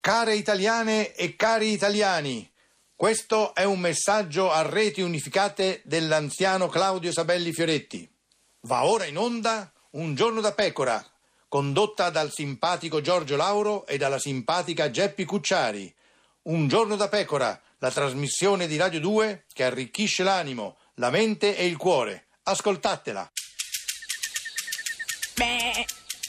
Care italiane e cari italiani, questo è un messaggio a reti unificate dell'anziano Claudio Sabelli Fioretti. Va ora in onda Un giorno da pecora, condotta dal simpatico Giorgio Lauro e dalla simpatica Geppi Cucciari. Un giorno da pecora, la trasmissione di Radio 2 che arricchisce l'animo, la mente e il cuore. Ascoltatela. Beh.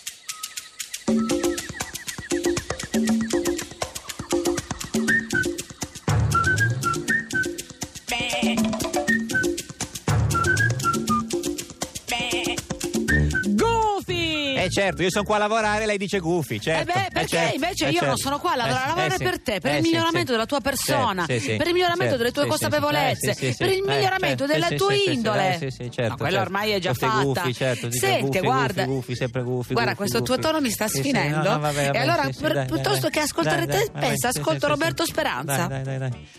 Certo, io sono qua a lavorare, lei dice gufi, certo. Perché certo, invece io non sono qua a lavorare per te, per il miglioramento della tua persona, per il miglioramento delle tue consapevolezze, per il miglioramento della tua indole. Certo, quello ormai è già fatta. Gufi, certo, senti, guarda, sempre gufi. Guarda, questo tuo tono mi sta sfinendo. E allora, piuttosto che ascoltare te, pensa, ascolto Roberto Speranza. Dai.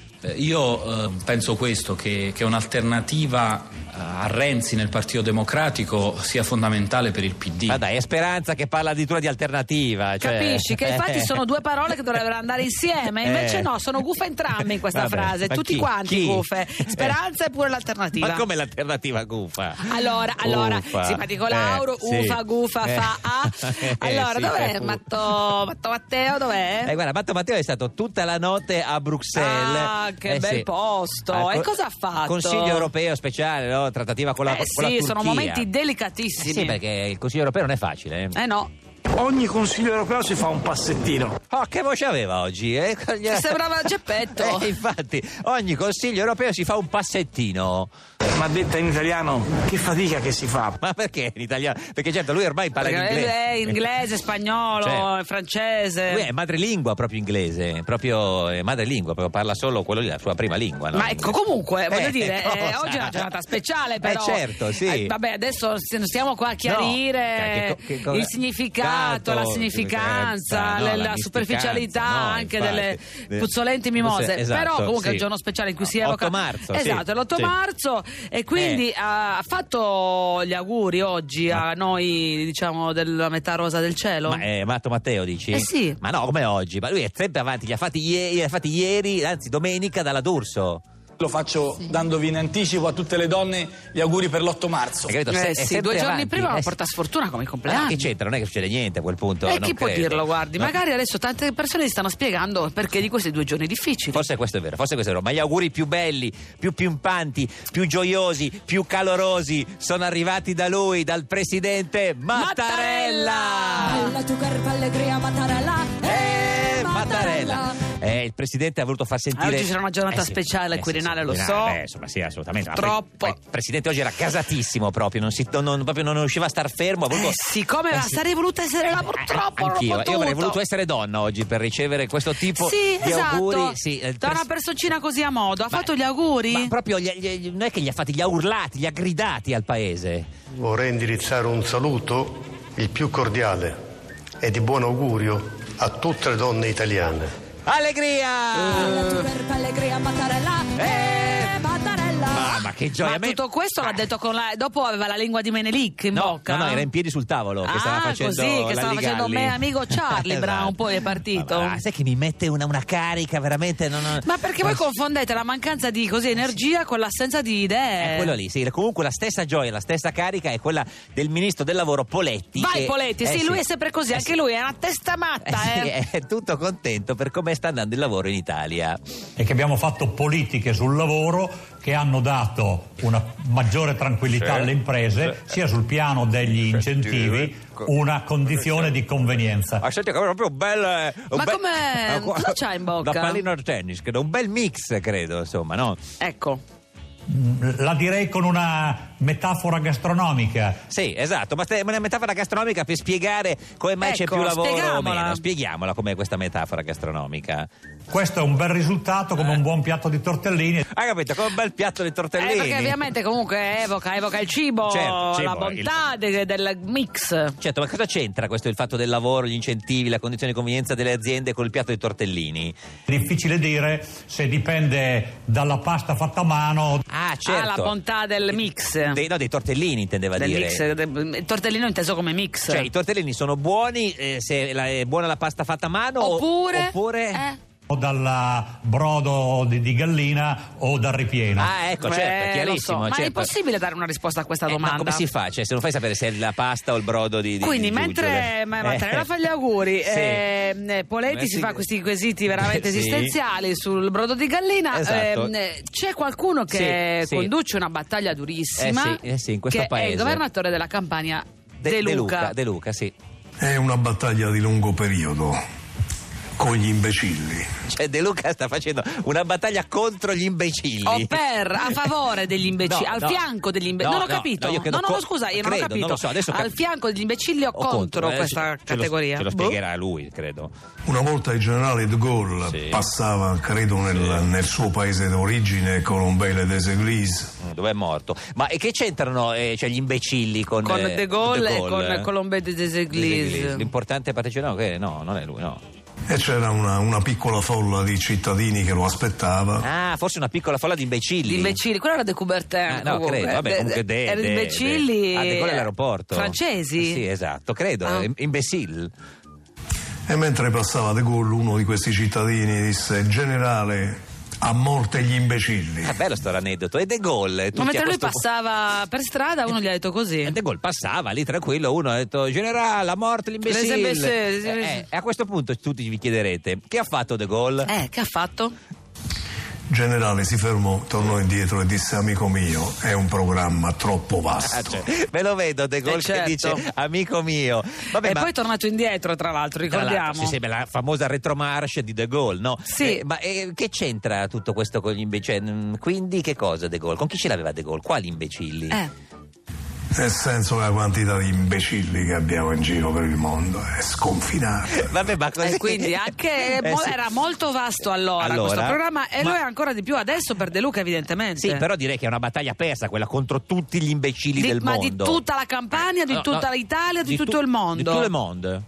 Io penso questo, che un'alternativa a Renzi nel Partito Democratico sia fondamentale per il PD. Ma dai, è Speranza che parla addirittura di alternativa. Capisci che infatti sono due parole che dovrebbero andare insieme, invece no, sono gufe entrambe in questa frase, tutti quanti gufe. Speranza e pure l'alternativa. Ma come l'alternativa gufa? Allora, simpatico Lauro, ufa, gufa, fa a. Allora, dov'è Matto Matteo, dov'è? Guarda, Matto Matteo è stato tutta la notte a Bruxelles. Ah, che bel posto. E cosa ha fatto? Consiglio europeo speciale, no? Trattativa con la Turchia. Sì, sono momenti delicatissimi. Sì, perché il Consiglio europeo non è facile. No. Ogni Consiglio europeo si fa un passettino. Oh, che voce aveva oggi? Sembrava Geppetto. Infatti, ogni Consiglio europeo si fa un passettino. Ma detta in italiano, che fatica che si fa. Ma perché in italiano? Perché certo, lui ormai parla inglese, spagnolo, francese. Lui è madrelingua proprio inglese, proprio madrelingua, proprio parla solo quello lì, la sua prima lingua. No? Ma ecco, comunque, voglio dire, oggi è una giornata speciale, però. Certo, sì. Vabbè, adesso stiamo qua a chiarire il significato, la significanza, la superficialità anche delle puzzolenti mimose. Esatto, però comunque è un giorno speciale in cui si evoca 8 marzo. Esatto, è l'8 marzo. E quindi ha fatto gli auguri oggi a noi, diciamo, della metà rosa del cielo? Ma Matto Matteo, dici? Sì. Ma no, come oggi? Ma lui è sempre avanti, li ha fatti ieri, anzi domenica, dalla D'Urso. Lo faccio dandovi in anticipo a tutte le donne gli auguri per l'8 marzo. Sì, 2 giorni prima porta sfortuna come compleanno. Che c'entra? Non è che succede niente a quel punto. Chi può dirlo, guardi? Magari adesso tante persone si stanno spiegando perché di questi 2 giorni difficili. Forse questo è vero, ma gli auguri più belli, più pimpanti, più gioiosi, più calorosi sono arrivati da lui, dal presidente Mattarella. Alla tu carpa allegria Mattarella. Mattarella. Il presidente ha voluto far sentire. Oggi sarà una giornata speciale, Quirinale, lo so. Insomma, sì, assolutamente. Troppo. Il presidente oggi era casatissimo proprio, non riusciva a star fermo. Sarei voluta essere là, purtroppo. Anch'io. Io avrei voluto essere donna oggi per ricevere questo tipo di auguri. Da una personcina così a modo. Ha fatto gli auguri? Ma proprio non è che li ha fatti, li ha urlati, li ha gridati al paese. Vorrei indirizzare un saluto, il più cordiale e di buon augurio a tutte le donne italiane. Allegria! Allegria Mattarella. Mattarella. Ma che gioia! Ma tutto questo l'ha detto dopo aveva la lingua di Menelik in bocca? No, era in piedi sul tavolo che stava facendo che stava facendo me amico Charlie Brown, poi è partito. Ma sai che mi mette una carica veramente Ma perché voi confondete la mancanza di energia con l'assenza di idee? È quello lì, sì. Comunque la stessa gioia, la stessa carica è quella del ministro del lavoro Poletti. Poletti, lui è sempre così, anche lui è una testa matta. È tutto contento per come sta andando il lavoro in Italia. E che abbiamo fatto politiche sul lavoro che hanno dato una maggiore tranquillità alle imprese, sia sul piano degli incentivi, una condizione di convenienza. Senti, che è proprio un bel. Com'è? Cosa c'ha in bocca? Da pallino da tennis, credo, un bel mix, credo, insomma, no? Ecco. La direi con una metafora gastronomica. Sì, esatto, ma una metafora gastronomica per spiegare come mai c'è più lavoro o meno. Spieghiamola com'è questa metafora gastronomica. Questo è un bel risultato come un buon piatto di tortellini. Hai capito? Come un bel piatto di tortellini. Perché ovviamente comunque evoca il cibo, la bontà del mix. Certo, ma cosa c'entra questo, il fatto del lavoro, gli incentivi, la condizione di convenienza delle aziende con il piatto di tortellini? Difficile dire se dipende dalla pasta fatta a mano. Ah, certo. la bontà del mix. Dei tortellini intendeva del dire. Mix, il tortellino inteso come mix. Cioè i tortellini sono buoni se è buona la pasta fatta a mano oppure... O dal brodo di gallina o dal ripieno. Ah, ecco, certo, chiarissimo. Ma certo. è impossibile dare una risposta a questa domanda. Ma come si fa? Cioè, se non fai sapere se è la pasta o il brodo di Quindi mentre Mattarella fa gli auguri, sì. Poletti si fa questi quesiti veramente sì. esistenziali sul brodo di gallina, esatto. C'è qualcuno che sì. conduce una battaglia durissima, sì, in questo che paese. è il governatore della Campania, De Luca. De Luca, sì. È una battaglia di lungo periodo con gli imbecilli. Cioè De Luca sta facendo una battaglia contro gli imbecilli. A favore degli imbecilli, al fianco degli imbecilli. Non ho capito. Scusa, io non ho capito. Non lo so, adesso al fianco degli imbecilli o contro questa categoria? Ce lo spiegherà lui, credo. Una volta il generale de Gaulle passava, credo, nel suo paese d'origine, Colombey des Églises. Dove è morto. Ma e che c'entrano gli imbecilli con de Gaulle e con Colombey des Églises? L'importante partigiano che no, non è lui, no. E c'era una piccola folla di cittadini che lo aspettava. Ah, forse una piccola folla di imbecilli. Di imbecilli, quello era de Coubertin. No, credo, vabbè, comunque erano imbecilli. De Gaulle all'aeroporto. Francesi? Sì, esatto, credo, imbecille. E mentre passava de Gaulle, uno di questi cittadini disse: generale, a morte gli imbecilli. È bello sto aneddoto. E De Gaulle. Ma mentre lui passava per strada, uno gli ha detto così. E De Gaulle passava lì tranquillo, uno ha detto: generale, a morte l'imbecille. E a questo punto tutti vi chiederete: che ha fatto De Gaulle? Che ha fatto? Generale si fermò, tornò indietro e disse: amico mio, è un programma troppo vasto. Me lo vedo De Gaulle che dice: amico mio. Vabbè, poi è tornato indietro, tra l'altro, ricordiamo. Sì, la famosa retromarche di De Gaulle, no? Sì. Ma che c'entra tutto questo con gli imbecilli? Quindi che cosa De Gaulle? Con chi ce l'aveva De Gaulle? Quali imbecilli? Nel senso che la quantità di imbecilli che abbiamo in giro per il mondo è sconfinata. Vabbè, ma così... quindi anche era molto vasto allora questo programma e lo è ancora di più adesso per De Luca, evidentemente. Sì, però direi che è una battaglia persa quella contro tutti gli imbecilli del mondo. Ma di tutta la Campania, di tutta l'Italia, di tutto il mondo. Di tutto il mondo.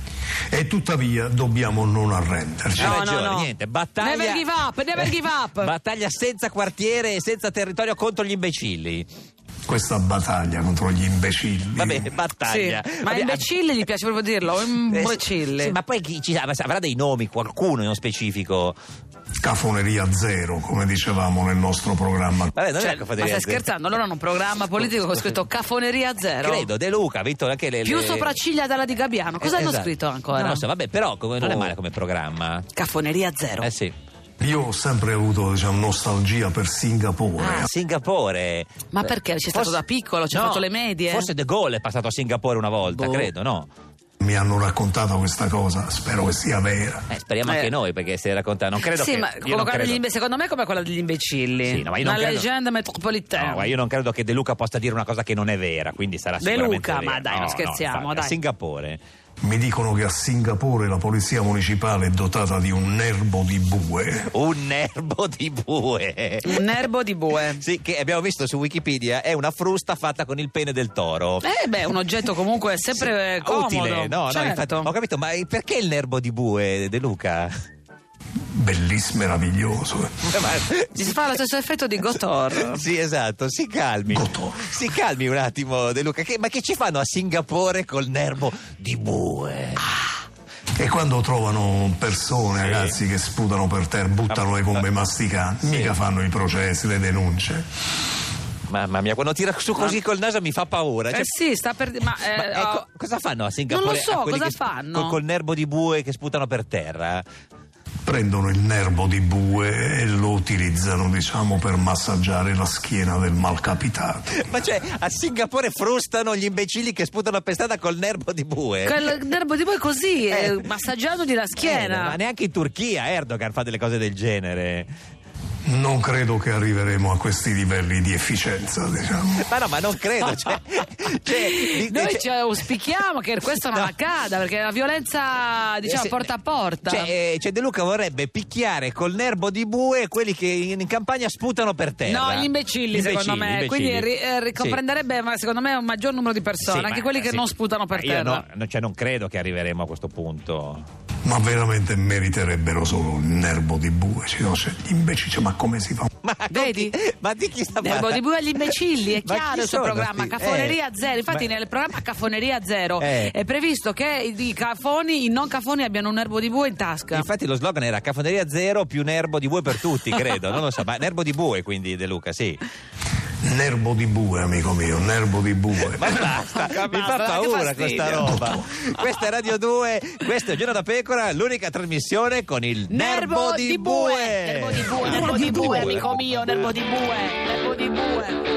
E tuttavia dobbiamo non arrenderci. No. Niente, battaglia. Never give up. Battaglia senza quartiere e senza territorio contro gli imbecilli. Questa battaglia contro gli imbecilli. Vabbè, battaglia. Sì, ma imbecilli gli piace proprio dirlo, imbecilli. Sì, ma poi avrà dei nomi, qualcuno nello specifico. Cafoneria zero, come dicevamo nel nostro programma. Vabbè, non è ma stai scherzando? Allora hanno un programma politico con scritto Cafoneria zero. Credo, De Luca ha vinto anche più sopracciglia della di Gabbiano. Cosa hanno scritto ancora? Non lo so, vabbè, però non è male come programma. Cafoneria zero. Sì. Io ho sempre avuto, nostalgia per Singapore. Singapore. Ma perché? C'è stato da piccolo? Ci ha fatto le medie? Forse De Gaulle è passato a Singapore una volta, credo, no? Mi hanno raccontato questa cosa, spero che sia vera. Speriamo anche noi, perché se racconta, non credo che... ma secondo me è come quella degli imbecilli. Sì, no, ma io non credo... leggenda metropolitana. No, ma io non credo che De Luca possa dire una cosa che non è vera, quindi sarà sicuramente De Luca, vera. ma dai, non scherziamo, dai. A Singapore. Mi dicono che a Singapore la polizia municipale è dotata di un nerbo di bue. Un nerbo di bue? Un nerbo di bue. Sì, che abbiamo visto su Wikipedia, è una frusta fatta con il pene del toro. Un oggetto comunque sempre comodo. Utile, no? Certo. No, infatti, ho capito, ma perché il nerbo di bue, De Luca? Bellissimo, meraviglioso. Ci si fa lo stesso effetto di Gotor. Sì, esatto, si calmi. Gotor. Si calmi un attimo, De Luca. Ma che ci fanno a Singapore col nervo di bue? E quando trovano persone, ragazzi, che sputano per terra, buttano le gombe masticanti, mica fanno i processi, le denunce. Mamma mia, quando tira su così col naso mi fa paura. Sì, sta per... cosa fanno a Singapore? Non lo so, cosa fanno? Col nervo di bue che sputano per terra? Prendono il nervo di bue e lo utilizzano, per massaggiare la schiena del malcapitato. Ma a Singapore frustano gli imbecilli che sputano per strada col nervo di bue? Col nervo di bue così, massaggiandogli la schiena. Ma neanche in Turchia Erdogan fa delle cose del genere. Non credo che arriveremo a questi livelli di efficienza, Ma non credo. Noi ci auspichiamo che questo non accada, perché la violenza, porta a porta. De Luca vorrebbe picchiare col nervo di bue quelli che in campagna sputano per terra. No, gli imbecilli, secondo me. Quindi ricomprenderebbe, secondo me, un maggior numero di persone, anche quelli che non sputano per terra. Non credo che arriveremo a questo punto. ma veramente meriterebbero solo il nervo di bue. Gli imbecilli, ma come si fa? Ma vedi? Ma di chi sta parlando? Nervo di bue agli imbecilli, è chiaro il suo programma, Cafoneria Zero. Infatti nel programma Cafoneria Zero è previsto che i non cafoni abbiano un nervo di bue in tasca. Infatti lo slogan era Cafoneria Zero più nervo di bue per tutti, credo, non lo so, ma nervo di bue quindi De Luca, sì. Nervo di bue, amico mio, nervo di bue. Ma basta, mi fa paura questa roba. Questa è Radio 2, questo è Giorno da Pecora, l'unica trasmissione con il nervo di bue. Nervo di bue, nervo di bue, amico mio, nervo di bue, nervo di bue.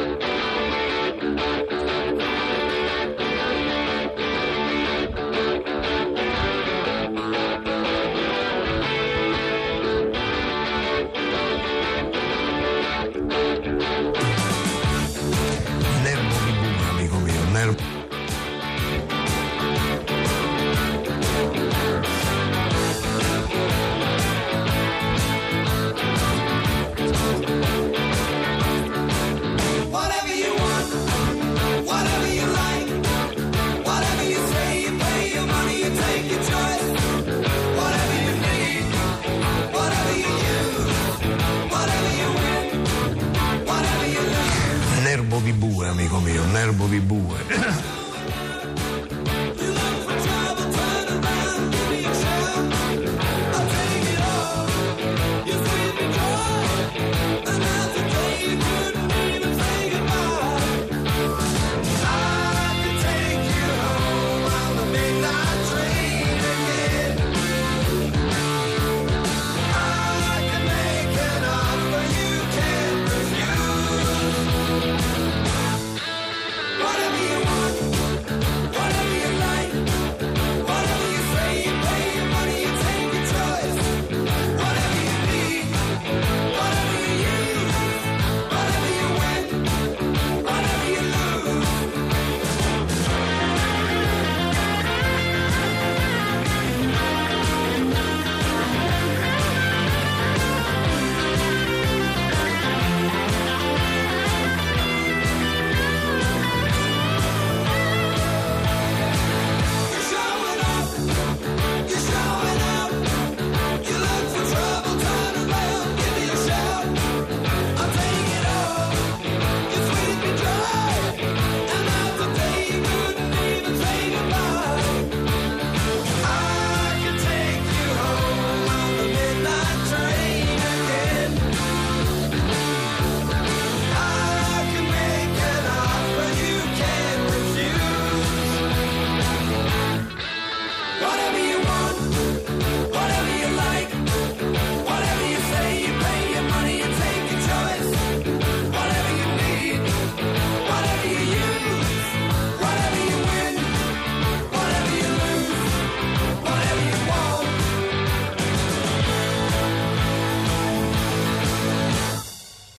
Nervo di bue, amico mio, nervo di bue.